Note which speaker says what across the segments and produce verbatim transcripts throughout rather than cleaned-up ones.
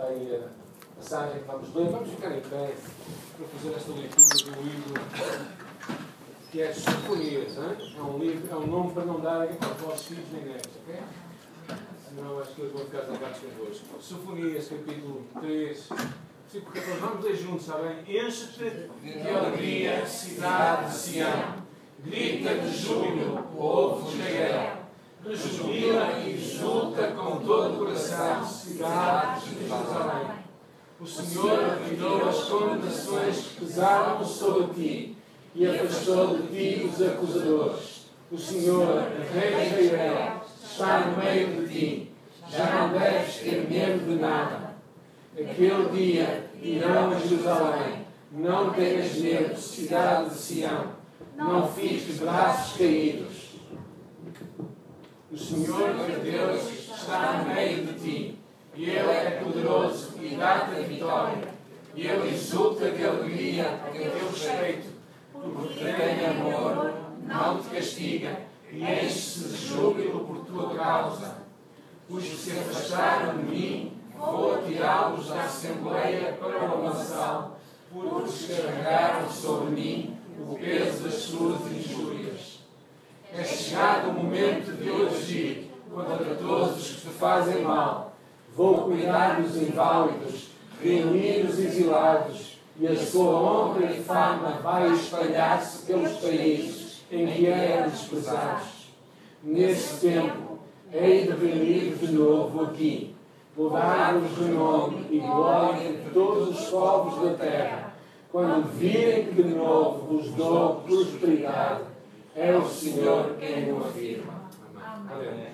Speaker 1: aí a passagem que vamos ler. Vamos ficar em pé para fazer esta leitura do livro que é Sinfonias. Hein? É, um livro, é um nome para não darem aos vossos filhos nem netos, ok? Senão acho que eles vão ficar zangados convosco. Sinfonias, capítulo três, versículo catorze. Vamos ler juntos, está bem? Enche-te de alegria, cidade de Sião. Grita de júbilo, povo de Israel. Rejubila e exulta com todo o coração, cidade de Jerusalém. O Senhor retirou as condenações que pesaram sobre ti e afastou de ti os acusadores. O Senhor, Rei de Israel, está no meio de ti. Já não deves ter medo de nada. Aquele dia dirão a Jerusalém: não tenhas medo, cidade de Sião. Não fiques de braços caídos. O Senhor, teu Deus, está no meio de ti. E Ele é poderoso e dá-te a vitória. E Ele exulta de alegria a teu respeito, porque tem amor, não te castiga, e enche-se de júbilo por tua causa. Os que se afastaram de mim, vou atirá-los da Assembleia para o lamaçal, porque descarregaram sobre mim o peso das suas injúrias. É chegado o momento de eu agir contra todos os que te fazem mal. Vou cuidar dos inválidos, reunir os exilados, e a sua honra e fama vai espalhar-se pelos países em que eram desprezados. Nesse tempo, hei de venir de novo aqui, vou dar-vos renome e glória entre todos os povos da terra, quando virem que de novo vos dou prosperidade. É o Senhor quem o afirma. Amém.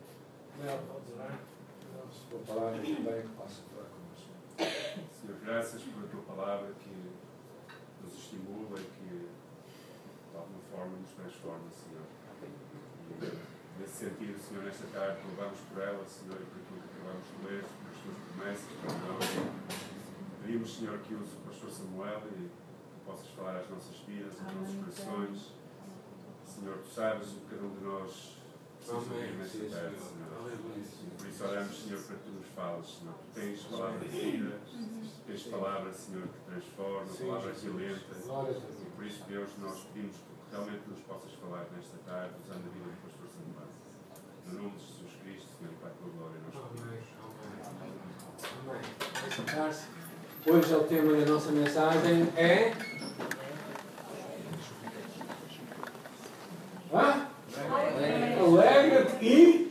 Speaker 2: Senhor, graças pela tua palavra que nos estimula e que de alguma forma nos transforma, Senhor. E nesse sentido, Senhor, nesta tarde louvamos por ela, Senhor, e por aquilo que acabamos de ler, pelas tuas promessas, para nós. Pedimos, Senhor, que use o pastor Samuel e que possas falar às nossas vidas, aos nossos corações. Senhor, tu sabes o que cada um de nós precisa ouvir nesta tarde, Senhor. E por isso oramos, Senhor, para que tu nos fales, Senhor. Tu tens palavra de vida, tens palavra, Senhor, que transforma, palavra que alenta. E por isso, Deus, nós pedimos que realmente nos possas falar nesta tarde, usando a vida do pastor Samuel. No nome de Jesus Cristo, Senhor, para a tua glória, nós pedimos.
Speaker 1: Amém. Hoje é o tema da nossa mensagem é... Hã? Alegra-te e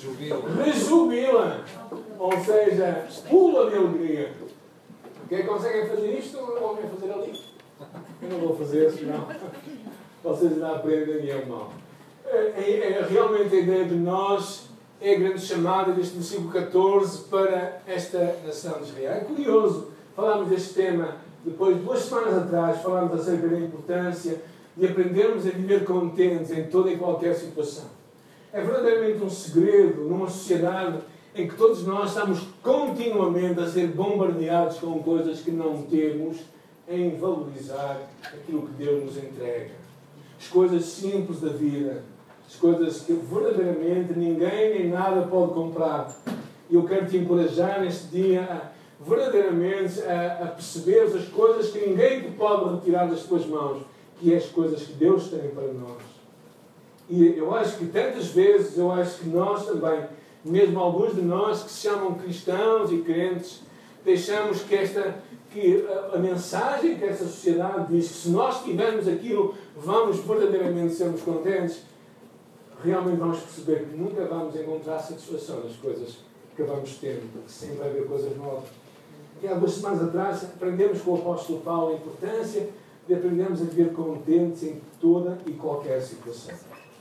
Speaker 1: rejubila. Ou seja, pula de alegria. Quem consegue fazer isto, o homem a fazer ali. Eu não vou fazer, senão vocês ainda aprendem e é mal. É, é, realmente a ideia de nós é a grande chamada deste versículo catorze para esta nação de Israel. É curioso, falámos deste tema depois, duas semanas atrás, falámos acerca da importância de aprendermos a viver contentes em toda e qualquer situação. É verdadeiramente um segredo numa sociedade em que todos nós estamos continuamente a ser bombardeados com coisas que não temos, em valorizar aquilo que Deus nos entrega. As coisas simples da vida, as coisas que verdadeiramente ninguém nem nada pode comprar. E eu quero te encorajar neste dia a verdadeiramente a, a perceber as coisas que ninguém te pode retirar das tuas mãos, que é as coisas que Deus tem para nós. E eu acho que tantas vezes, eu acho que nós também, mesmo alguns de nós que se chamam cristãos e crentes, deixamos que esta, que a, a mensagem que essa sociedade diz que se nós tivermos aquilo, vamos verdadeiramente sermos contentes, realmente vamos perceber que nunca vamos encontrar satisfação nas coisas que vamos tendo, porque sempre vai haver coisas novas. E há duas semanas atrás aprendemos com o apóstolo Paulo a importância de aprendermos a viver contentes em toda e qualquer situação.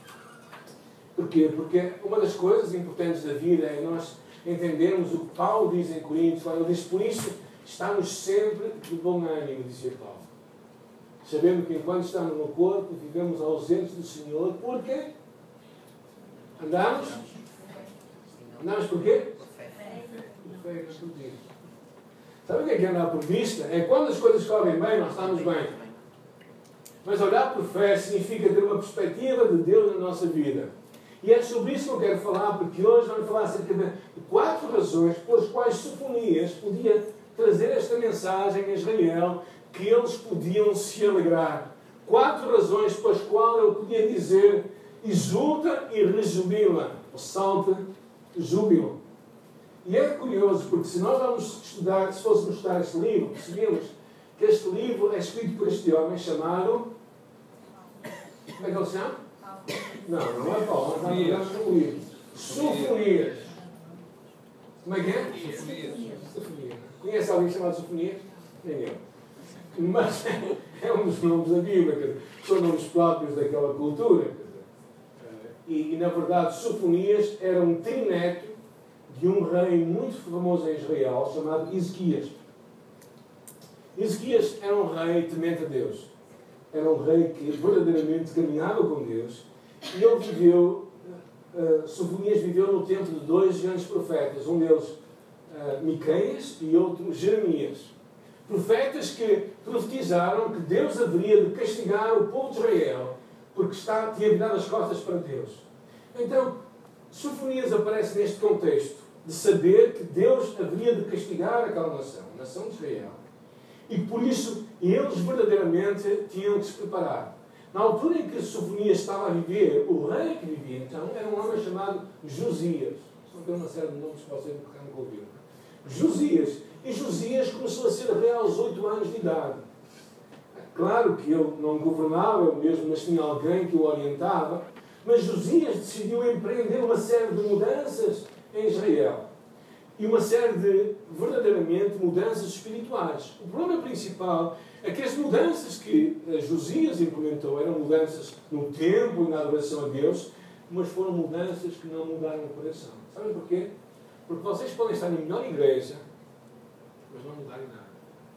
Speaker 1: Porquê? Porque uma das coisas importantes da vida é nós entendermos o que Paulo diz em Coríntios. Ele diz, por isso, estamos sempre de bom ânimo, dizia Paulo. Sabendo que enquanto estamos no corpo, vivemos ausentes do Senhor. Porquê? Andamos? Andamos porquê? Por fé. Sabe o que é que é andar por vista? É quando as coisas correm bem, nós estamos bem. Mas olhar por fé significa ter uma perspectiva de Deus na nossa vida. E é sobre isso que eu quero falar, porque hoje vamos falar acerca de quatro razões pelas quais Sofonias podia trazer esta mensagem a Israel, que eles podiam se alegrar. Quatro razões pelas quais ele podia dizer: exulta e rejubila, ou salta, júbilo. E é curioso, porque se nós vamos estudar, se fôssemos estudar este livro, percebemos que este livro é escrito por este homem chamado... Como é que ele se chama? Não, não é Paulo, nós vamos olhar no livro. Sofonias. Como é que é? Sofonias. Sofonias. Conhece alguém chamado Sofonias? Nem eu. Mas é um dos nomes da Bíblia, são nomes próprios daquela cultura. E, e na verdade, Sofonias era um trineto de um rei muito famoso em Israel, chamado Ezequias. Ezequias era um rei temente a Deus. Era um rei que verdadeiramente caminhava com Deus. E ele viveu, uh, Sofonias viveu no tempo de dois grandes profetas. Um deles, uh, Miqueias, e outro, Jeremias. Profetas que profetizaram que Deus haveria de castigar o povo de Israel, porque está, tinha virado as costas para Deus. Então, Sofonias aparece neste contexto de saber que Deus haveria de castigar aquela nação, a nação de Israel. E por isso, eles verdadeiramente tinham que se preparar. Na altura em que Sofonias estava a viver, o rei que vivia então era um homem chamado Josias. Só tem uma série de nomes que vocês nunca ouviram. Josias. E Josias começou a ser rei aos oito anos de idade. Claro que ele não governava ele mesmo, mas tinha alguém que o orientava. Mas Josias decidiu empreender uma série de mudanças em Israel. E uma série de, verdadeiramente, mudanças espirituais. O problema principal é que as mudanças que Josias implementou eram mudanças no tempo e na adoração a Deus, mas foram mudanças que não mudaram o coração. Sabem porquê? Porque vocês podem estar na melhor igreja, mas não mudarem nada.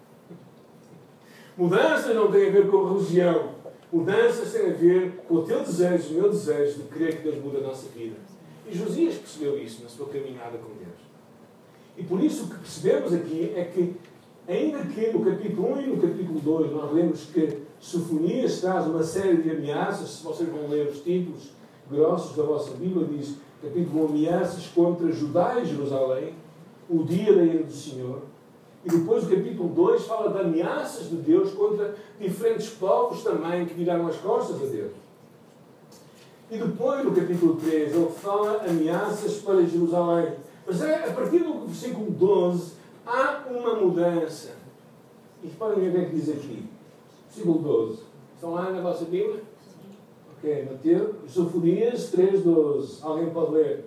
Speaker 1: Mudanças não têm a ver com religião. Mudanças têm a ver com o teu desejo, o meu desejo de querer que Deus mude a nossa vida. E Josias percebeu isso na sua caminhada com Deus. E por isso o que percebemos aqui é que, ainda que no capítulo um e no capítulo dois nós lemos que Sofonias traz uma série de ameaças, se vocês vão ler os títulos grossos da vossa Bíblia, diz capítulo um, ameaças contra Judá e Jerusalém, o dia da ira do Senhor. E depois o capítulo dois fala de ameaças de Deus contra diferentes povos também que viraram as costas a Deus. E depois no capítulo três ele fala ameaças para Jerusalém. Mas é, a partir do versículo doze há uma mudança. E reparem o que é que diz aqui. Versículo doze. Estão lá na vossa Bíblia? Ok, Mateus. Sofonias três, doze. Alguém pode ler?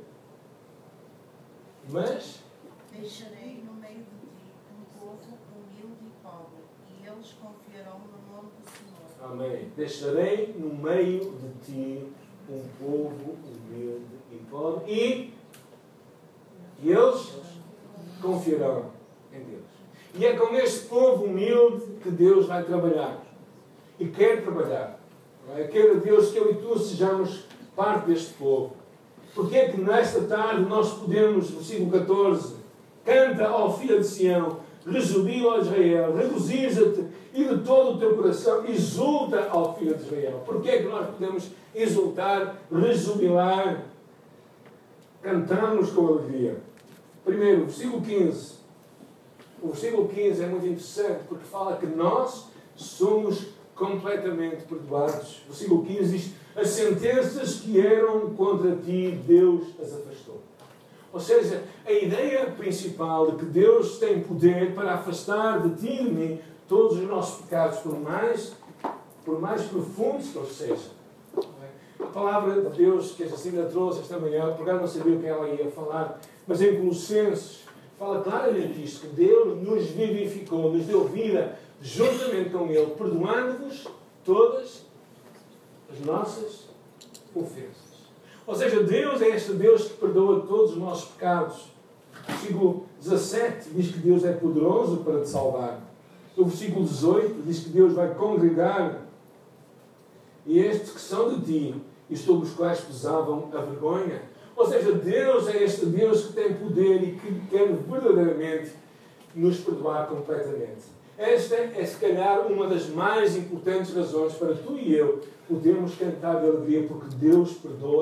Speaker 1: Mas...
Speaker 3: deixarei no meio de ti um povo humilde e pobre, e eles confiarão no nome do Senhor.
Speaker 1: Amém. Deixarei no meio de ti um povo humilde e pobre, e, e eles confiarão em Deus. E é com este povo humilde que Deus vai trabalhar. E quer trabalhar. É? Quer a Deus que eu e tu sejamos parte deste povo. Porque é que nesta tarde nós podemos, versículo catorze, canta ao filho de Sião, rejubila, ó Israel, regozija-te e de todo o teu coração exulta ao filho de Israel. Porque é que nós podemos exultar, rejubilar, cantarmos com alegria? Primeiro, versículo quinze. O versículo quinze é muito interessante porque fala que nós somos completamente perdoados. O versículo quinze diz: as sentenças que eram contra ti, Deus as afastou. Ou seja, a ideia principal de que Deus tem poder para afastar de ti e de mim todos os nossos pecados, por mais, por mais profundos que eles sejam. A palavra de Deus que a Jacinta trouxe esta manhã, por acaso não sabia o que ela ia falar, mas em Colossenses fala claramente isto, que Deus nos vivificou, nos deu vida juntamente com Ele, perdoando-vos todas as nossas ofensas. Ou seja, Deus é este Deus que perdoa todos os nossos pecados. O versículo dezassete diz que Deus é poderoso para te salvar. O versículo dezoito diz que Deus vai congregar e estes que são de ti e sobre os quais pesavam a vergonha. Ou seja, Deus é este Deus que tem poder e que quer verdadeiramente nos perdoar completamente. Esta é, se calhar, uma das mais importantes razões para tu e eu podermos cantar de alegria, porque Deus perdoa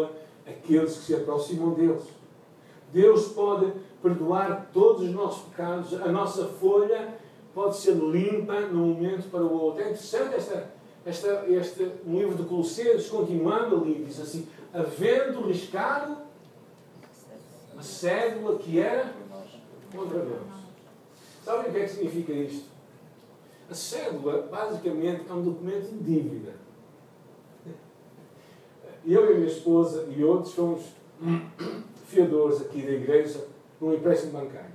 Speaker 1: aqueles que se aproximam deles. Deus pode perdoar todos os nossos pecados. A nossa folha pode ser limpa de um momento para o outro. É interessante esta, esta, este no livro de Colossenses, continuando ali, diz assim: havendo riscado a cédula que era contra nós. Sabem o que é que significa isto? A cédula, basicamente, é um documento de dívida. Eu e a minha esposa e outros fomos fiadores aqui da igreja num empréstimo bancário.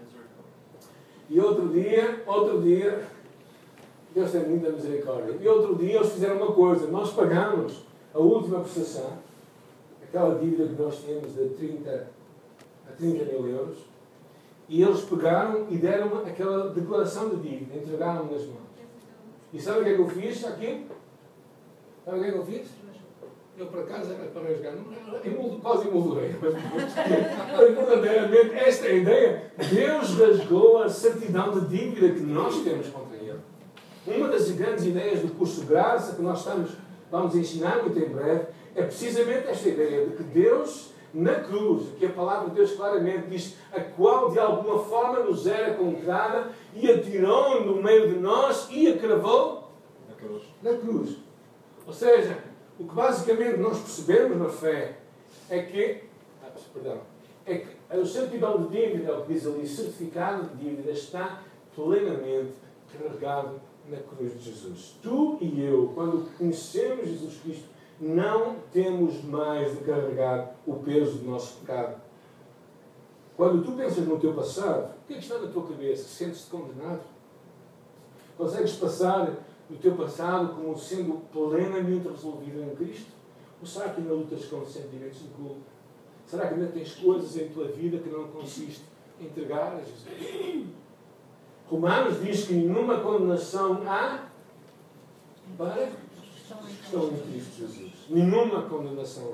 Speaker 1: E outro dia, outro dia, Deus tem muita misericórdia, e outro dia eles fizeram uma coisa: nós pagamos a última prestação, aquela dívida que nós tínhamos de trinta a trinta mil euros, e eles pegaram e deram aquela declaração de dívida, entregaram-me nas mãos. E sabe o que é que eu fiz aqui? Sabe o que é que eu fiz? Eu, por acaso, era para rasgar. Eu quase emoldurei. Mas, verdadeiramente, esta é a ideia. Deus rasgou a certidão de dívida que nós temos contra Ele. Uma das grandes ideias do curso de Graça, que nós estamos, vamos ensinar muito em breve, é precisamente esta ideia de que Deus, na cruz, que a palavra de Deus claramente diz, a qual de alguma forma nos era comprada, e atirou no meio de nós e a cravou
Speaker 2: Na cruz.
Speaker 1: na cruz. Ou seja, o que basicamente nós percebemos na fé é que, ah, perdão, é que a certidão de dívida, o que diz ali, certificado de dívida, está plenamente carregado na cruz de Jesus. Tu e eu, quando conhecemos Jesus Cristo, não temos mais de carregar o peso do nosso pecado. Quando tu pensas no teu passado, o que é que está na tua cabeça? Sentes-te condenado? Consegues passar o teu passado como sendo plenamente resolvido em Cristo? Ou será que ainda lutas com sentimentos de culpa? Será que ainda tens coisas em tua vida que não conseguiste entregar a Jesus? Romanos diz que nenhuma condenação há para estão em Cristo Jesus. Nenhuma condenação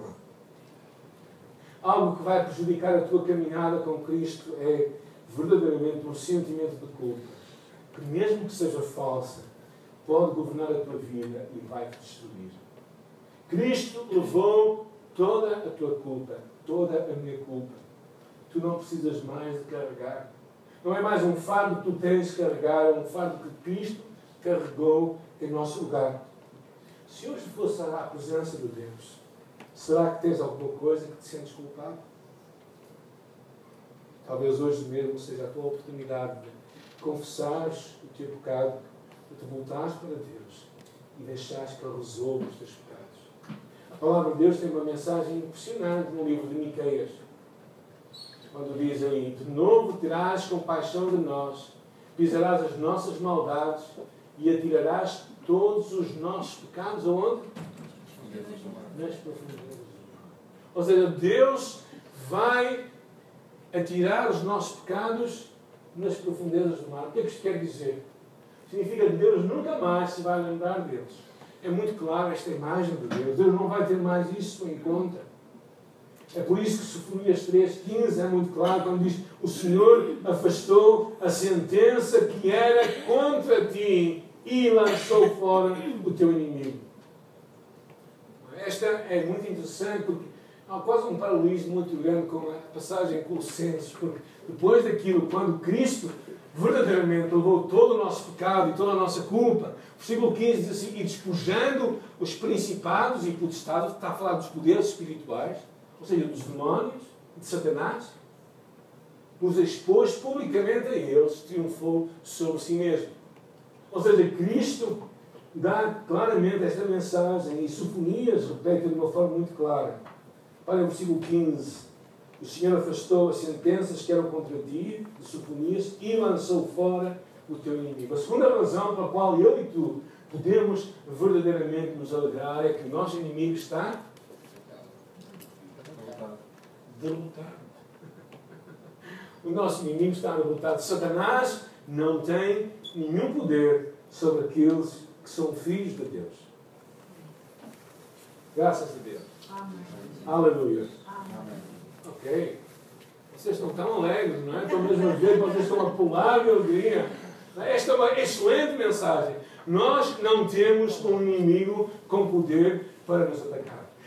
Speaker 1: há. Algo que vai prejudicar a tua caminhada com Cristo é verdadeiramente um sentimento de culpa, que mesmo que seja falsa, pode governar a tua vida e vai-te destruir. Cristo levou toda a tua culpa, toda a minha culpa. Tu não precisas mais de carregar. Não é mais um fardo que tu tens de carregar, é um fardo que Cristo carregou em nosso lugar. Se hoje fosse a presença de Deus, será que tens alguma coisa que te sentes culpado? Talvez hoje mesmo seja a tua oportunidade de confessares o teu pecado, de te voltares para Deus e deixares que Ele resolva os teus pecados. A palavra de Deus tem uma mensagem impressionante no livro de Miqueias, quando diz aí: de novo terás compaixão de nós, pisarás as nossas maldades e atirarás todos os nossos pecados aonde? Nas profundezas do mar. Ou seja, Deus vai atirar os nossos pecados nas profundezas do mar. O que é que isto quer dizer? Significa que Deus nunca mais se vai lembrar deles. É muito claro esta imagem de Deus. Deus não vai ter mais isso em conta. É por isso que Sofonias três, quinze é muito claro quando diz: o Senhor afastou a sentença que era contra ti e lançou fora o teu inimigo. Esta é muito interessante porque há quase um paralelismo muito grande com a passagem em Colossenses, porque depois daquilo, quando Cristo verdadeiramente levou todo o nosso pecado e toda a nossa culpa, o versículo quinze diz assim: e despojando os principados e potestades, está a falar dos poderes espirituais, ou seja, dos demónios, de Satanás, os expôs publicamente a eles, triunfou sobre si mesmo. Ou seja, Cristo dá claramente esta mensagem, e Sofonias repete de uma forma muito clara. Olha o versículo quinze. O Senhor afastou as sentenças que eram contra ti, de Sofonias, e lançou fora o teu inimigo. A segunda razão pela qual eu e tu podemos verdadeiramente nos alegrar é que o nosso inimigo está derrotado. O nosso inimigo está derrotado. Satanás não tem nenhum poder sobre aqueles que são filhos de Deus. Graças a Deus.
Speaker 3: Amém.
Speaker 1: Aleluia.
Speaker 3: Amém.
Speaker 1: Ok. Vocês estão tão alegres, não é? Estão mesmo a ver, vocês estão a pular de alegria. Esta é uma excelente mensagem. Nós não temos um inimigo com poder para nos atacar.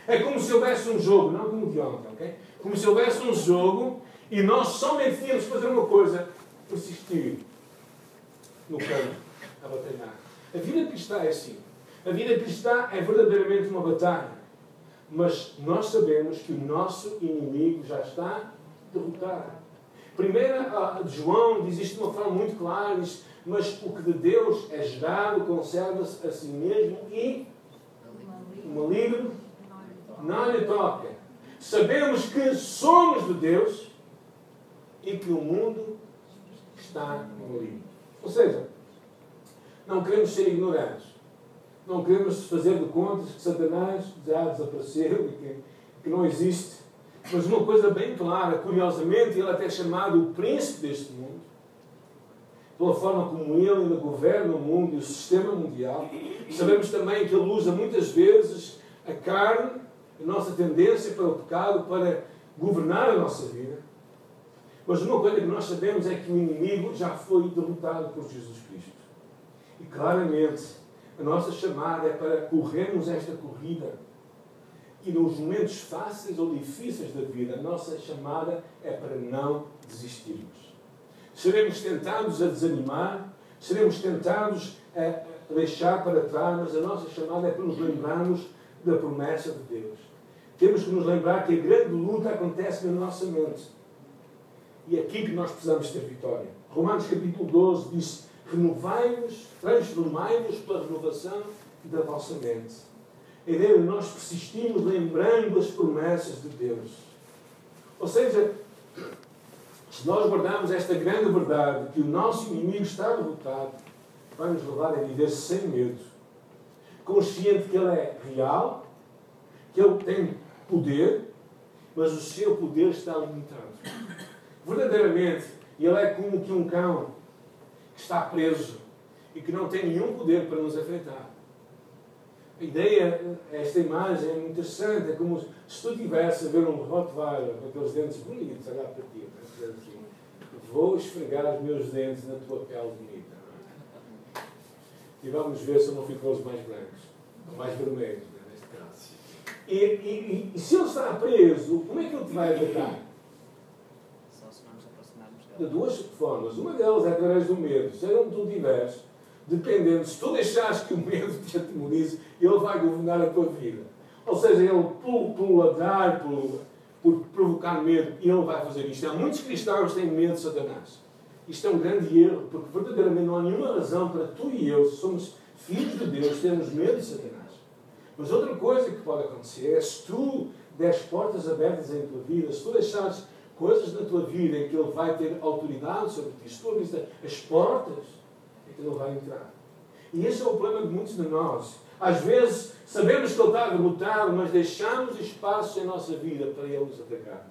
Speaker 1: É como se houvesse um jogo, não como de ontem, ok? Como se houvesse um jogo e nós somente tínhamos que fazer uma coisa: persistir no campo, a batalhar. A vida cristã é assim. A vida cristã é verdadeiramente uma batalha. Mas nós sabemos que o nosso inimigo já está derrotado. Primeira de João diz isto de uma forma muito clara, diz: mas o que de Deus é gerado conserva-se a si mesmo e o maligno não lhe toca. Sabemos que somos de Deus e que o mundo está no maligno. Ou seja, não queremos ser ignorantes. Não queremos fazer de contas que Satanás já desapareceu e que, que não existe. Mas uma coisa bem clara, curiosamente, ele até é chamado o príncipe deste mundo, pela forma como ele ainda governa o mundo e o sistema mundial. Sabemos também que ele usa muitas vezes a carne, a nossa tendência para o pecado, para governar a nossa vida. Mas uma coisa que nós sabemos é que o inimigo já foi derrotado por Jesus Cristo. E claramente, a nossa chamada é para corrermos esta corrida. E nos momentos fáceis ou difíceis da vida, a nossa chamada é para não desistirmos. Seremos tentados a desanimar, seremos tentados a deixar para trás, mas a nossa chamada é para nos lembrarmos da promessa de Deus. Temos que nos lembrar que a grande luta acontece na nossa mente. E é aqui que nós precisamos ter vitória. Romanos capítulo doze diz: renovai-vos, transformai-vos pela renovação da vossa mente. A ideia de nós persistirmos lembrando as promessas de Deus. Ou seja, se nós guardarmos esta grande verdade, que o nosso inimigo está derrotado, vai nos levar a viver sem medo, consciente que ele é real, que ele tem poder, mas o seu poder está limitado. Verdadeiramente, ele é como que um cão que está preso e que não tem nenhum poder para nos afetar. A ideia, esta imagem é muito interessante. É como se tu estivesse a ver um Rottweiler com aqueles dentes bonitos a olhar para ti. Assim, vou esfregar os meus dentes na tua pele bonita. E vamos ver se eu não fico com os mais brancos, ou mais vermelhos, né, neste caso. E, e, e, e se ele está preso, como é que ele te vai atacar?
Speaker 4: Só se não nos aproximarmos
Speaker 1: De
Speaker 4: dele.
Speaker 1: duas formas. Uma delas é através do medo. Se onde tu estiveres, dependendo, se tu deixares que o medo te atemorize, ele vai governar a tua vida. Ou seja, ele, por, por ladrar, por, por provocar medo, ele vai fazer isto. Há muitos cristãos que têm medo de Satanás. Isto é um grande erro, porque verdadeiramente não há nenhuma razão para tu e eu, se somos filhos de Deus, termos medo de Satanás. Mas outra coisa que pode acontecer é, se tu deres portas abertas em tua vida, se tu deixares coisas na tua vida em que ele vai ter autoridade sobre ti, se tu abres as portas, é que ele vai entrar. E esse é o problema de muitos de nós. Às vezes sabemos que ele está derrotado, mas deixamos espaço em nossa vida para ele nos atacar.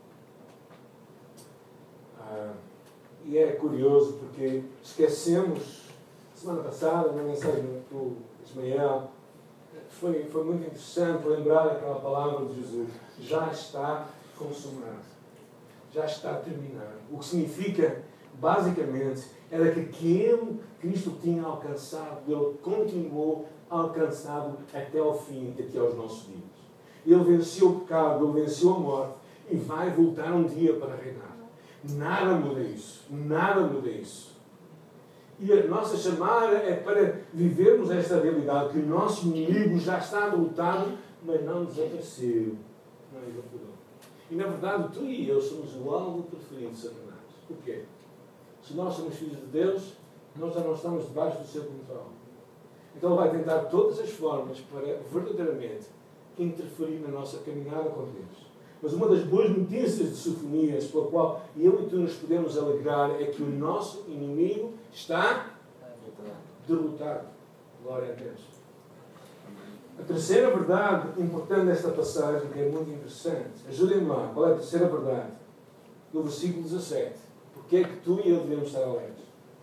Speaker 1: Ah, e é curioso porque esquecemos, semana passada, na mensagem do Ismael, foi, foi muito interessante lembrar aquela palavra de Jesus: já está consumado, já está terminado. O que significa, basicamente, era que aquele que Cristo tinha alcançado, ele continuou alcançado até ao fim, até aos nossos dias. Ele venceu o pecado, ele venceu a morte e vai voltar um dia para reinar. Nada muda isso. Nada muda isso. E a nossa chamada é para vivermos esta realidade, que o nosso inimigo já está derrotado, mas não desapareceu. Não evaporou. E na verdade, tu e eu somos o alvo preferido de Satanás. Porquê? Se nós somos filhos de Deus, nós já não estamos debaixo do seu controle. Então ele vai tentar todas as formas para verdadeiramente interferir na nossa caminhada com Deus. Mas uma das boas notícias de Sofonias, pela qual eu e tu nos podemos alegrar, é que o nosso inimigo está derrotado. Glória a Deus. A terceira verdade importante desta passagem, que é muito interessante, ajudem-me lá, qual é a terceira verdade? No versículo dezassete. Porque é que tu e eu devemos estar alegres?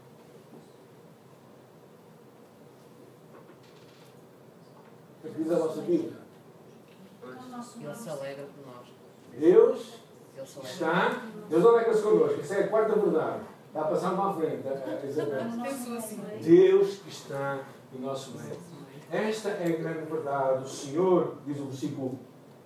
Speaker 1: O que diz a vossa Bíblia?
Speaker 4: Ele se alegra por nós.
Speaker 1: Deus
Speaker 4: Ele se alegra.
Speaker 1: está, Deus alegra-se connosco. Essa é a quarta verdade. Está a passar para a frente, a Isabel. Deus está no nosso meio. Esta é a grande verdade. O Senhor, diz o versículo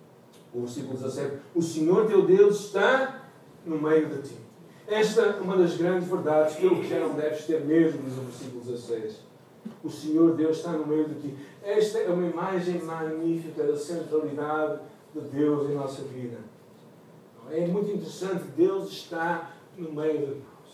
Speaker 1: O versículo dezassete. O Senhor teu Deus está no meio de ti. Esta é uma das grandes verdades que eu já não deves ter medo, diz o versículo dezasseis. O Senhor Deus está no meio de ti. Esta é uma imagem magnífica da centralidade de Deus em nossa vida. É muito interessante. Deus está no meio de nós.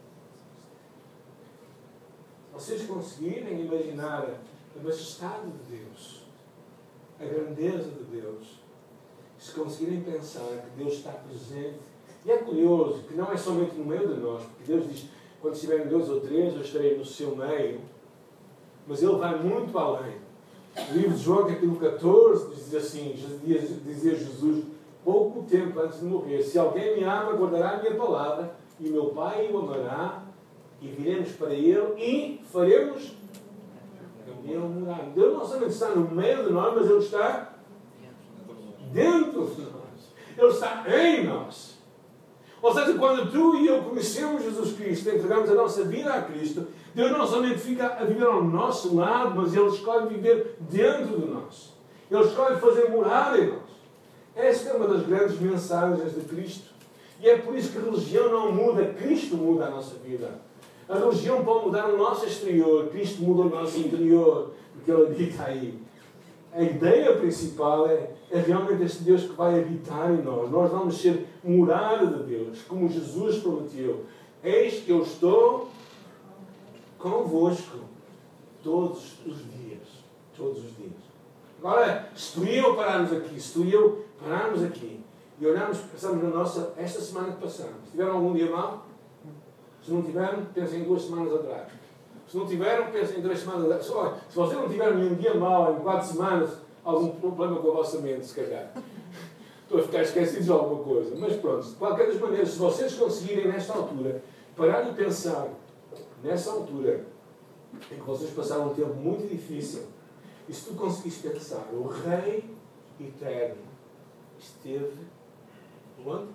Speaker 1: Se vocês conseguirem imaginar a majestade de Deus, a grandeza de Deus, se conseguirem pensar que Deus está presente, e é curioso que não é somente no meio de nós, porque Deus diz, quando estiverem dois ou três, eu estarei no seu meio, mas Ele vai muito além. O livro de João, capítulo catorze, diz assim, dizia Jesus, pouco tempo antes de morrer, se alguém me ama, guardará a minha palavra, e o meu Pai o amará, e viremos para Ele, e faremos Ele morar. Deus não somente está no meio de nós, mas Ele está dentro de nós. Ele está em nós. Ou seja, quando tu e eu conhecemos Jesus Cristo, entregamos a nossa vida a Cristo, Deus não somente fica a viver ao nosso lado, mas Ele escolhe viver dentro de nós. Ele escolhe fazer morada em nós. Esta é uma das grandes mensagens de Cristo. E é por isso que a religião não muda, Cristo muda a nossa vida. A religião pode mudar o nosso exterior, Cristo muda o nosso interior, porque Ele habita aí. A ideia principal é, é realmente este Deus que vai habitar em nós. Nós vamos ser morada de Deus, como Jesus prometeu. Eis que eu estou convosco todos os dias. Todos os dias. Agora, se tu e eu pararmos aqui, se tu e eu pararmos aqui e olharmos, pensamos na nossa, esta semana que passamos, tiveram algum dia mal? Se não tiveram, pensem em duas semanas atrás. Se não tiveram, pensem em três semanas atrás. Olha, se vocês não tiveram nenhum dia mal em quatro semanas, algum problema com a vossa mente, se calhar. Estou a ficar esquecido de alguma coisa. Mas pronto, de qualquer das maneiras, se vocês conseguirem, nesta altura, parar e pensar, nessa altura, em que vocês passaram um tempo muito difícil, e se tu conseguires pensar, o Rei Eterno esteve onde?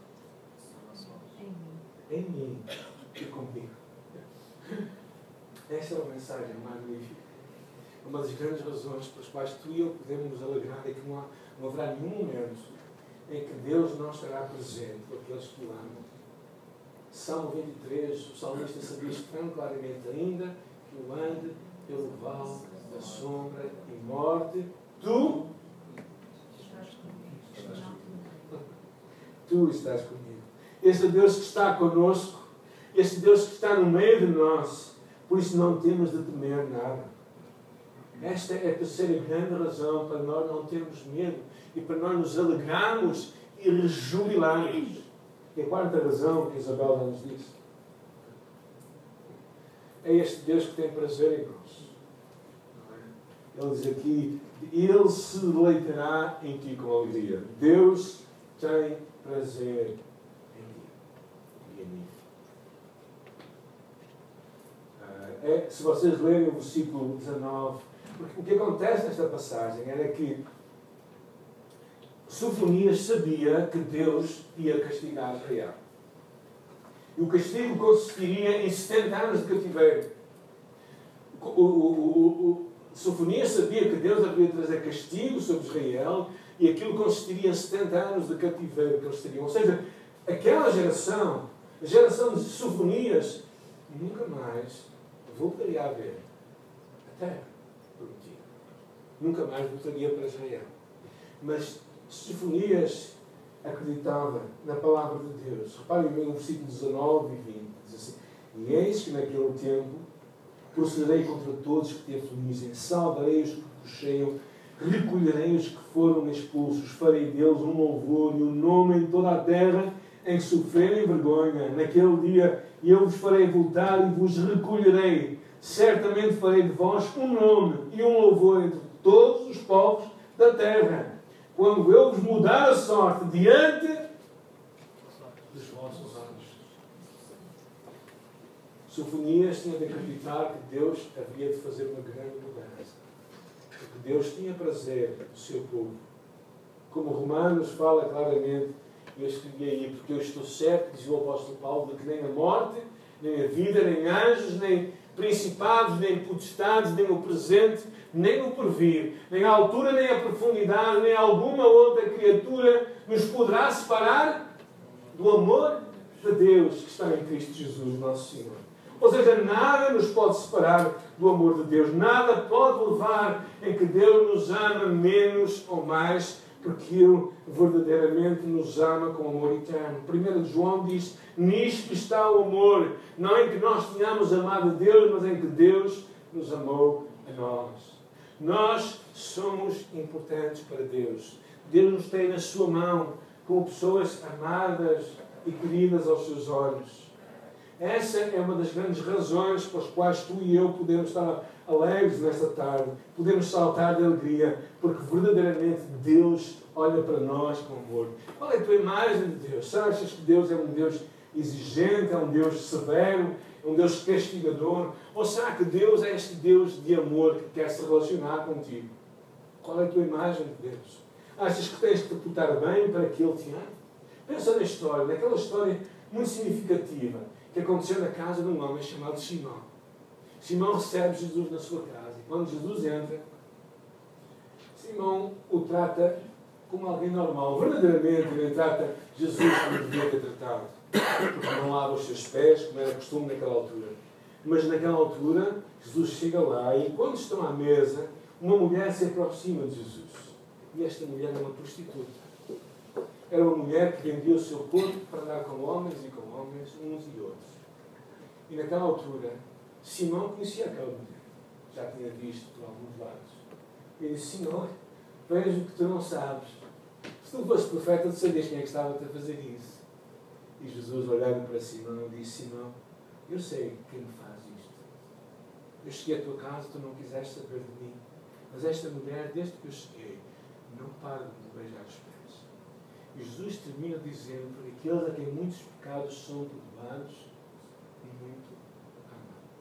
Speaker 1: Em mim e comigo. Esta é uma mensagem magnífica. Uma das grandes razões pelas quais tu e eu podemos nos alegrar é que não, há, não haverá nenhum momento em que Deus não estará presente por aqueles que o amam. Salmo vinte e três, o salmista sabia tão claramente ainda que o ande pelo vale da sombra e morte, tu tu estás comigo. Este Deus que está conosco, este Deus que está no meio de nós, por isso não temos de temer nada. Esta é a terceira grande razão para nós não termos medo e para nós nos alegrarmos e rejubilarmos. E a quarta razão que Isabel já nos disse é este Deus que tem prazer em nós. Ele diz aqui, Ele se deleitará em ti com alegria. Deus tem prazer em ti e em mim. É, se vocês lerem o versículo dezanove, porque o que acontece nesta passagem era que Sofonias sabia que Deus ia castigar Israel. E o castigo consistiria em setenta anos de cativeiro. O, o, o, o, Sofonias sabia que Deus havia de trazer castigo sobre Israel e aquilo consistiria em setenta anos de cativeiro que eles teriam. Ou seja, aquela geração, a geração de Sofonias, nunca mais voltaria a ver a terra prometida. Nunca mais voltaria para Israel. Mas Sofonias acreditava na palavra de Deus. Reparem bem no versículo dezanove e vinte. Diz assim, e eis que naquele tempo procederei contra todos que te afligem, salvarei os que cocheiam, recolherei os que foram expulsos, farei deles um louvor e um nome em toda a terra em que sofrerem vergonha. Naquele dia eu vos farei voltar e vos recolherei. Certamente farei de vós um nome e um louvor entre todos os povos da terra. Quando eu vos mudar a sorte diante dos vossos olhos. Sofonias tinha de acreditar que Deus havia de fazer uma grande mudança. Porque Deus tinha prazer no seu povo. Como Romanos fala claramente, eu escrevi aí, porque eu estou certo, diz o apóstolo Paulo, de que nem a morte, nem a vida, nem anjos, nem principados, nem potestades, nem o presente, nem o porvir, nem a altura, nem a profundidade, nem alguma outra criatura nos poderá separar do amor de Deus que está em Cristo Jesus, nosso Senhor. Ou seja, nada nos pode separar do amor de Deus. Nada pode levar em que Deus nos ama menos ou mais, porque Ele verdadeiramente nos ama com amor eterno. primeiro João diz, nisto está o amor, não em que nós tenhamos amado a Deus, mas em que Deus nos amou a nós. Nós somos importantes para Deus. Deus nos tem na sua mão como pessoas amadas e queridas aos seus olhos. Essa é uma das grandes razões pelas quais tu e eu podemos estar alegres nesta tarde, podemos saltar de alegria, porque verdadeiramente Deus olha para nós com amor. Qual é a tua imagem de Deus? Se achas que Deus é um Deus exigente, é um Deus severo, é um Deus castigador? Ou será que Deus é este Deus de amor que quer se relacionar contigo? Qual é a tua imagem de Deus? Achas que tens de te portar bem para que Ele te ame? Pensa na história, naquela história muito significativa que aconteceu na casa de um homem chamado Simão. Simão recebe Jesus na sua casa e quando Jesus entra, Simão o trata como alguém normal. Verdadeiramente ele trata Jesus como devia ter tratado, porque não lava os seus pés, como era costume naquela altura. Mas naquela altura, Jesus chega lá e quando estão à mesa, uma mulher se aproxima de Jesus. E esta mulher é uma prostituta. Era uma mulher que vendia o seu corpo para dar com homens e com homens, uns e outros. E naquela altura, Simão conhecia aquela mulher. Já tinha visto por alguns lados. E disse, Senhor, vejo que tu não sabes. Se tu fosses profeta, tu sabias quem é que estava a fazer isso. E Jesus, olhando para Simão, disse, Simão, eu sei quem me faz isto. Eu cheguei à tua casa, tu não quiseste saber de mim. Mas esta mulher, desde que eu cheguei, não para de me beijar os pés. E Jesus termina dizendo, porque aqueles a quem muitos pecados são perdoados e muito amados.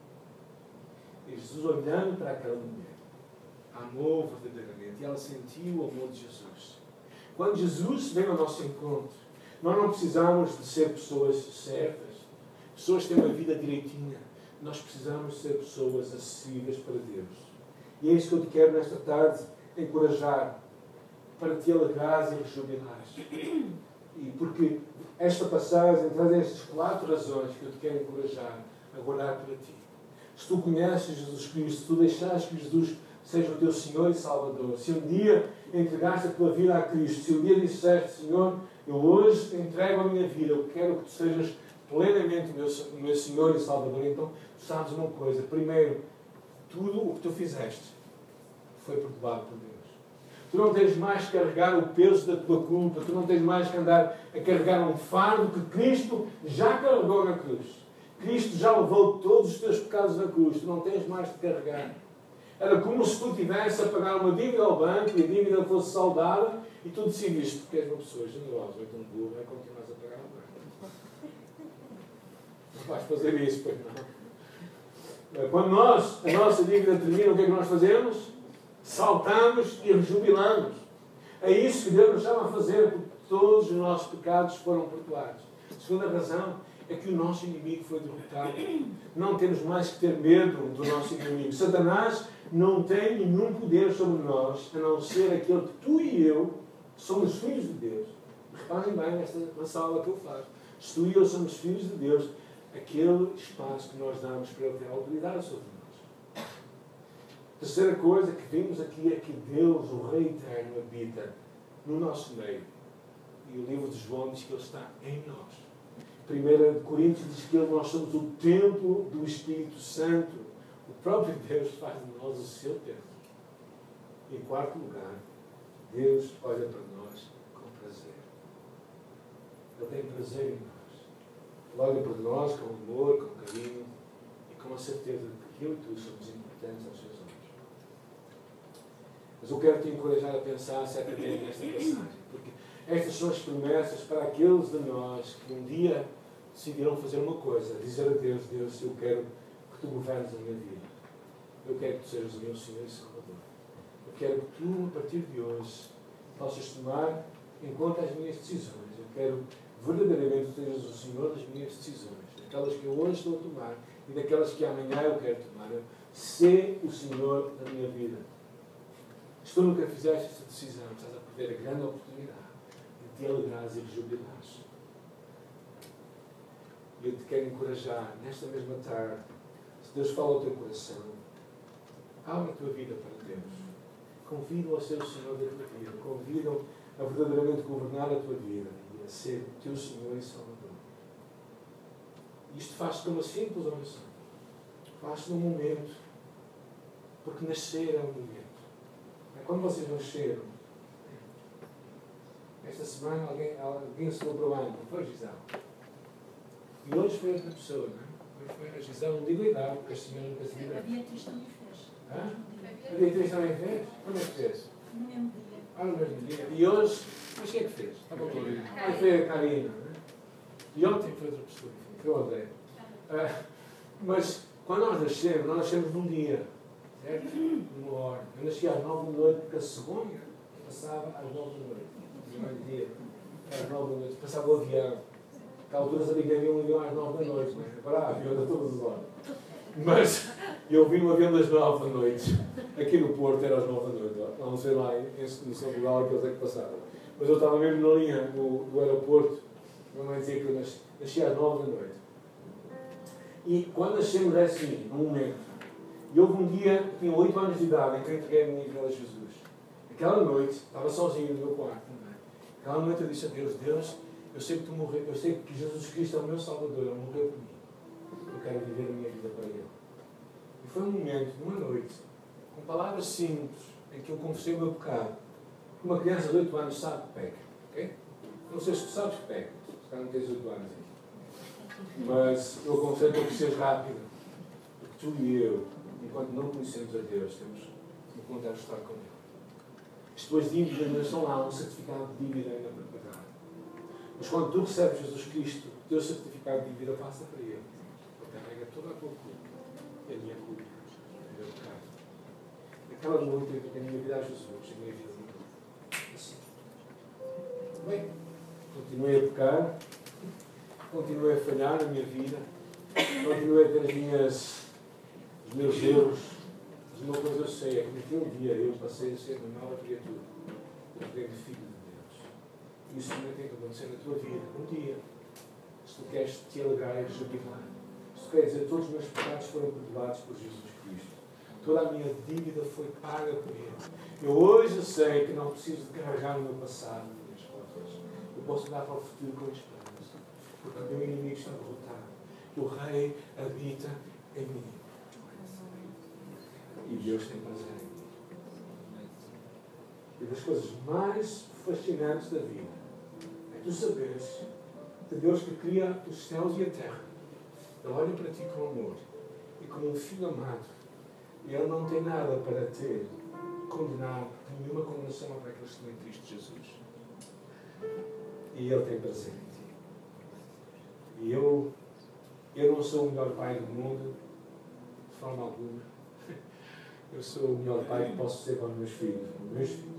Speaker 1: E Jesus, olhando para aquela mulher, amou verdadeiramente. E ela sentiu o amor de Jesus. Quando Jesus vem ao nosso encontro, nós não precisamos de ser pessoas certas, pessoas que têm uma vida direitinha. Nós precisamos ser pessoas acessíveis para Deus. E é isso que eu te quero nesta tarde encorajar, para te alegrares e rejubilares. E porque esta passagem traz estas quatro razões que eu te quero encorajar a guardar para ti. Se tu conheces Jesus Cristo, se tu deixares que Jesus seja o teu Senhor e Salvador, se um dia entregaste a tua vida a Cristo, se um dia disseste, Senhor, eu hoje entrego a minha vida, eu quero que tu sejas plenamente o meu, o meu Senhor e Salvador, então tu sabes uma coisa. Primeiro, tudo o que tu fizeste foi perdoado por Deus. Tu não tens mais que carregar o peso da tua culpa. Tu não tens mais que andar a carregar um fardo que Cristo já carregou na cruz. Cristo já levou todos os teus pecados na cruz. Tu não tens mais de carregar. Era como se tu tivesse a pagar uma dívida ao banco e a dívida fosse saldada e tu decidiste, porque és uma pessoa generosa, ou então burro, é continuar a pagar ao banco. Não vais fazer isso, pois não. Quando nós, a nossa dívida termina, o que é que nós fazemos? Saltamos e rejubilamos. É isso que Deus nos estava a fazer, porque todos os nossos pecados foram perdoados. A segunda razão é que o nosso inimigo foi derrotado. Não temos mais que ter medo do nosso inimigo. Satanás não tem nenhum poder sobre nós, a não ser aquele que tu e eu somos filhos de Deus. Reparem bem nesta sala que eu faço. Se tu e eu somos filhos de Deus, aquele espaço que nós damos para ele ter autoridade sobre nós. Terceira coisa que vimos aqui é que Deus, o Rei Eterno, habita no nosso meio. E o livro de João diz que Ele está em nós. primeiro Coríntios diz que nós somos o templo do Espírito Santo. O próprio Deus faz de nós o seu templo. Em quarto lugar, Deus olha para nós com prazer. Ele tem prazer em nós. Ele olha para nós com amor, com carinho e com a certeza de que eu e tu somos importantes aos seus olhos. Mas eu quero te encorajar a pensar certamente nesta passagem, porque estas são as promessas para aqueles de nós que um dia decidiram fazer uma coisa, dizer a Deus, Deus, eu quero que tu governes a minha vida. Eu quero que tu sejas o meu Senhor e Salvador. Eu quero que tu, a partir de hoje, possas tomar em conta as minhas decisões. Eu quero verdadeiramente que tu sejas o Senhor das minhas decisões, aquelas que eu hoje estou a tomar, e daquelas que amanhã eu quero tomar. Sê o Senhor da minha vida. Se tu nunca fizeste esta decisão, estás a perder a grande oportunidade de te alegrares e de jubilares. E eu te quero encorajar, nesta mesma tarde, se Deus fala ao teu coração, abre a tua vida para Deus. Convida-o a ser o Senhor da tua vida. Convida-o a verdadeiramente governar a tua vida e a ser o teu Senhor e Salvador. Isto faz-se com uma simples oração. Faz-se num momento. Porque nascer é um momento. Quando vocês nasceram, esta semana alguém, alguém celebrou ano, não foi, Gisele? E hoje foi outra pessoa, não é? Hoje foi a Gisele, não digo a idade, porque a senhora nunca se vira.
Speaker 3: A Beatriz também fez.
Speaker 1: Hã? A Beatriz também fez? Quando é que fez?
Speaker 3: No mesmo dia.
Speaker 1: Ah, no mesmo dia. E hoje, mas quem é que fez? Estava a ouvir. Ah, foi a Karina, não é? E ontem foi outra pessoa, foi o André. Ah, mas quando nós nascemos, nós nascemos num dia, certo? Numa hora. Eu nasci às nove da noite, porque a segunda passava às nove da noite. No dia, às nove da noite. Passava o avião. À altura sabia que havia um avião às nove da noite, mas agora há avião de todas as horas. Mas eu vi um avião das nove da noite. Aqui no Porto era às nove da noite. Lá, não sei lá, em São Miguel, aqueles é que passavam. Mas eu estava mesmo na linha do, do aeroporto. Minha mãe dizia que eu nasci, nasci às nove da noite. E quando nascemos é assim, num momento. E houve um dia, tinha oito anos de idade, em que eu entreguei a minha vida a Jesus. Aquela noite, estava sozinho no meu quarto também. Aquela noite eu disse a Deus, Deus, eu sei que tu morreu, eu sei que Jesus Cristo é o meu Salvador, Ele morreu por mim. Eu quero viver a minha vida para Ele. E foi um momento, uma noite, com palavras simples, em que eu confessei o meu pecado. Uma criança de oito anos sabe que peca. Okay? Não sei se tu sabes que peca, se calhar não tens oito anos. Mas eu aconselho que sejas rápido. Porque tu e eu, enquanto não conhecemos a Deus, temos que contar estar com Ele. As tuas dívidas não estão lá, um certificado de dívida ainda para pagar. Mas quando tu recebes Jesus Cristo, o teu certificado de dívida passa para Ele. Ele carrega toda a tua culpa e a minha culpa, o meu pecado. Naquela noite eu entreguei a minha vida a Jesus, a minha vida mudou. Assim. Bem, continuei a pecar, continuei a falhar na minha vida, continuei a ter as minhas, os meus erros. Mas uma coisa eu sei, é que naquele dia eu passei a ser uma nova criatura. Eu fui filho de Deus. E isso também tem que acontecer na tua vida, um dia. Se tu queres te alegrar e jubilar. Se tu queres dizer, todos os meus pecados foram perdoados por Jesus Cristo. Toda a minha dívida foi paga por Ele. Eu hoje sei que não preciso de carregar o meu passado nas minhas costas. Eu posso olhar para o futuro com esperança. Porque o meu inimigo está derrotado. O Rei habita em mim. E Deus tem prazer em mim. E das coisas mais fascinantes da vida é tu saberes que Deus que cria os céus e a terra, Ele olha para ti com amor e como um filho amado. E Ele não tem nada para te condenar, nenhuma condenação para aqueles que estão em Cristo Jesus. E Ele tem prazer em ti. E eu, eu não sou o melhor pai do mundo, de forma alguma. Eu sou o melhor pai que posso ser para os meus filhos, para os meus filhos.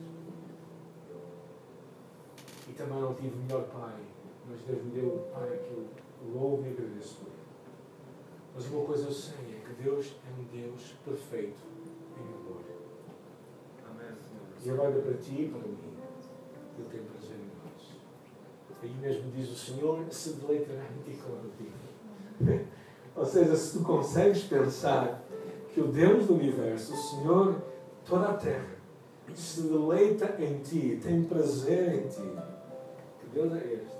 Speaker 1: E também não tive o melhor pai, mas Deus me deu o pai que eu louvo e agradeço por ele. Mas uma coisa eu sei é que Deus é um Deus perfeito em amor.
Speaker 2: Amém.
Speaker 1: E Ele olha para ti e para mim. Ele tem prazer em nós. Aí mesmo diz o Senhor, se deleitará em ti com alegria. Ou seja, se tu consegues pensar que o Deus do universo, o Senhor, toda a terra, se deleita em ti, tem prazer em ti. Que Deus é este?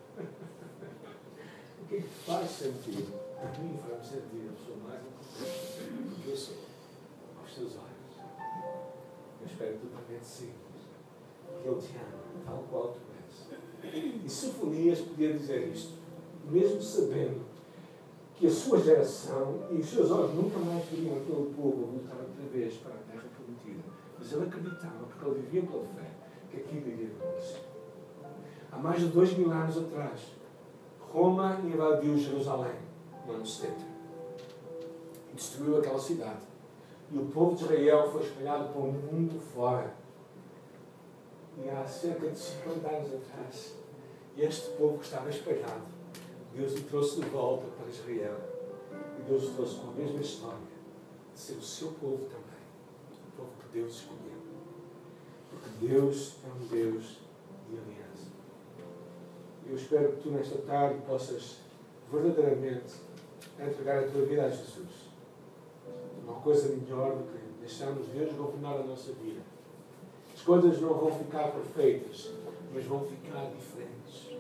Speaker 1: O que é que te faz sentir? A mim faz-me sentir a pessoa mais importante do que eu sou, aos teus olhos. Eu espero que tu também te sigas. Porque Ele te ama, tal qual tu és. E Sofonias podia dizer isto, mesmo sabendo que a sua geração e os seus olhos nunca mais viriam aquele povo voltar outra vez para a terra prometida. Mas ele acreditava, porque ele vivia pela fé, que aquilo iria acontecer. Há mais de dois mil anos atrás, Roma invadiu Jerusalém, no ano setenta. E destruiu aquela cidade. E o povo de Israel foi espalhado para o mundo fora. E há cerca de cinquenta anos atrás, este povo que estava espalhado, Deus o trouxe de volta para Israel. e Deus os trouxe com a mesma história de ser o seu povo também, o povo que Deus escolheu. Porque Deus é um Deus de aliança. Eu espero que tu nesta tarde possas verdadeiramente entregar a tua vida a Jesus. Uma coisa melhor do que deixarmos Deus governar a nossa vida. As coisas não vão ficar perfeitas, mas vão ficar diferentes.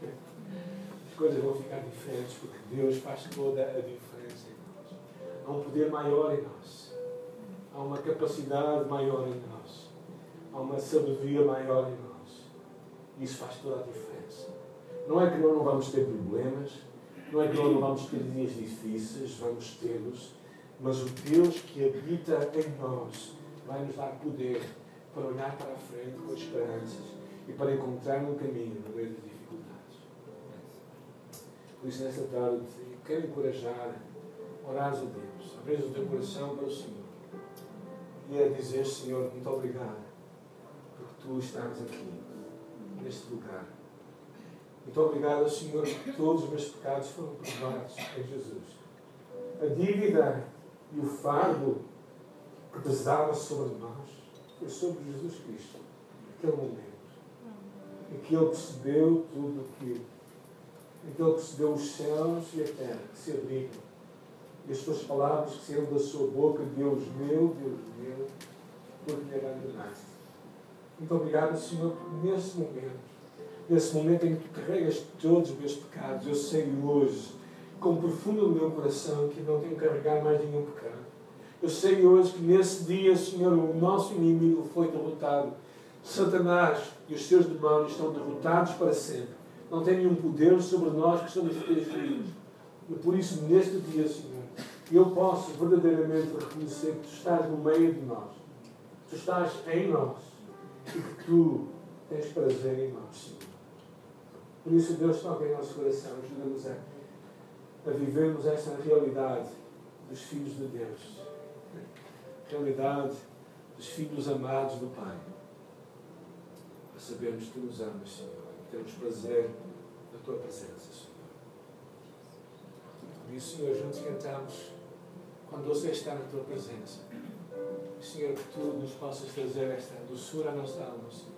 Speaker 1: As coisas vão ficar diferentes porque Deus faz toda a diferença em nós. Há um poder maior em nós. Há uma capacidade maior em nós. Há uma sabedoria maior em nós. E isso faz toda a diferença. Não é que nós não vamos ter problemas, não é que nós não vamos ter dias difíceis, vamos tê-los, mas o Deus que habita em nós vai nos dar poder para olhar para a frente com esperanças e para encontrar um caminho no meio das dificuldades. Por isso, nesta tarde, eu quero encorajar, orares a Deus, abrir o teu coração para o Senhor e a dizer: Senhor, muito obrigado, porque tu estás aqui, neste lugar. Muito obrigado, Senhor, porque todos os meus pecados foram perdoados em Jesus. A dívida e o fardo que pesava sobre nós foi sobre Jesus Cristo, naquele momento, em que Ele percebeu tudo aquilo, em que Ele percebeu os céus e a terra que se abrigam, e as suas palavras que saíram da sua boca: Deus meu, Deus meu, por que me abandonaste? Muito obrigado, Senhor, porque nesse momento, nesse momento em que tu carregas todos os meus pecados, eu sei hoje, com profundo no meu coração, que não tenho que carregar mais nenhum pecado. Eu sei hoje que nesse dia, Senhor, o nosso inimigo foi derrotado. Satanás e os seus demónios estão derrotados para sempre. Não têm nenhum poder sobre nós que somos os teus filhos. E por isso, neste dia, Senhor, eu posso verdadeiramente reconhecer que tu estás no meio de nós. Tu estás em nós. E que tu tens prazer em nós, Senhor. Por isso, Deus, toca em nosso coração. Ajuda-nos a, a vivermos essa realidade dos filhos de Deus. Realidade dos filhos amados do Pai. Para sabermos que tu nos amas, Senhor. E temos prazer na tua presença, Senhor. Por isso, Senhor, juntos cantamos quando você está na tua presença. Senhor, que tu nos possas trazer esta doçura à nossa alma, Senhor.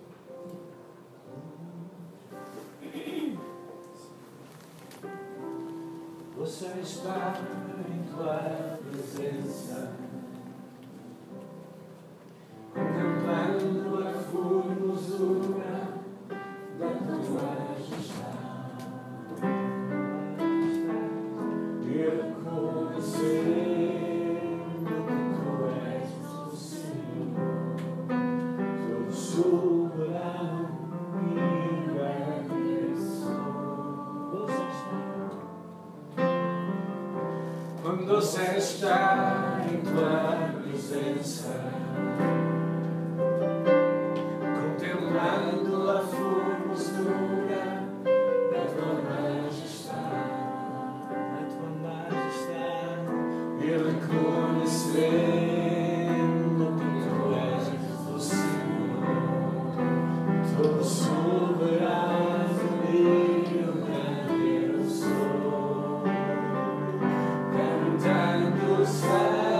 Speaker 1: Você está em tua presença, contemplando a formosura da tua majestade e reconhecendo que tu és o Senhor, todo soberano e grandioso. Quando você está em tua presença, contemplando a formosura da tua majestade, da tua majestade, e reconhecendo que tu és o Senhor, todo soberano e grandioso, cantando santo.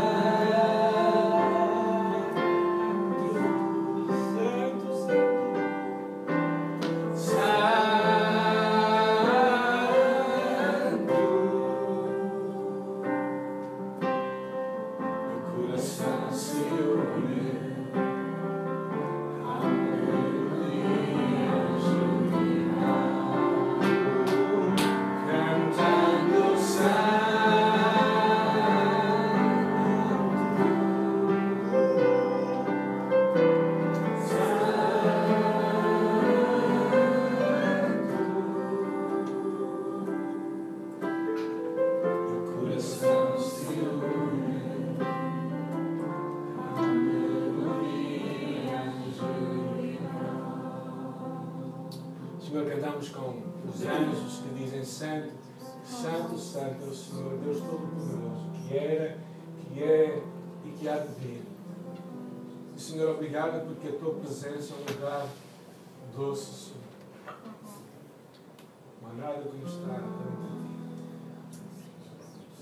Speaker 1: Senhor, cantamos com os anjos que dizem: Santo, Santo, Santo é o Senhor, Deus Todo-Poderoso, que era, que é e que há de vir. E, Senhor, obrigado porque a tua presença é um lugar doce, Senhor. Não há nada como estar perante ti.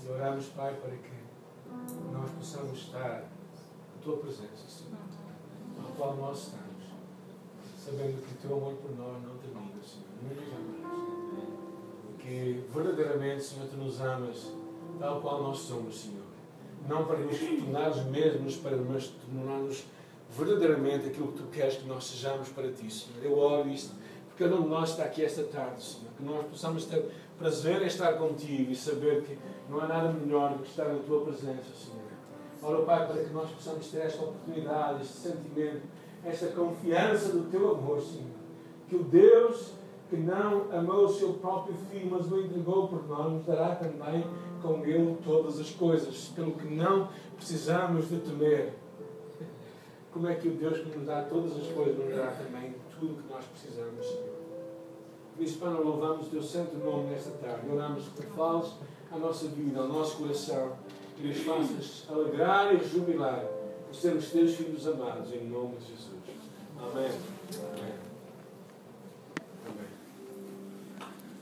Speaker 1: E oramos, Pai, para que nós possamos estar na Tua presença, Senhor, ao qual nós estamos, sabendo que o Teu amor por nós não termina, Senhor, nunca jamais. E que verdadeiramente, Senhor, Tu nos amas tal qual nós somos, Senhor. Não para nos tornar os mesmos, para nos tornarmos verdadeiramente aquilo que Tu queres que nós sejamos para Ti, Senhor. Eu oro isto, porque cada um de nós está aqui esta tarde, Senhor. Que nós possamos ter prazer em estar contigo e saber que não há nada melhor do que estar na Tua presença, Senhor. Ora, Pai, para que nós possamos ter esta oportunidade, este sentimento, esta confiança do Teu amor, Senhor. Que o Deus que não amou o Seu próprio Filho, mas o entregou por nós, nos dará também com Ele todas as coisas, pelo que não precisamos de temer. Como é que o Deus que nos dá todas as coisas nos dará também tudo o que nós precisamos, Senhor? Por isso, Pai, nós louvamos o Teu santo nome nesta tarde. Oramos que Tu fales à nossa vida, ao nosso coração, e nos faças alegrar e jubilar por sermos Teus filhos amados, em nome de Jesus. Amém. Amém.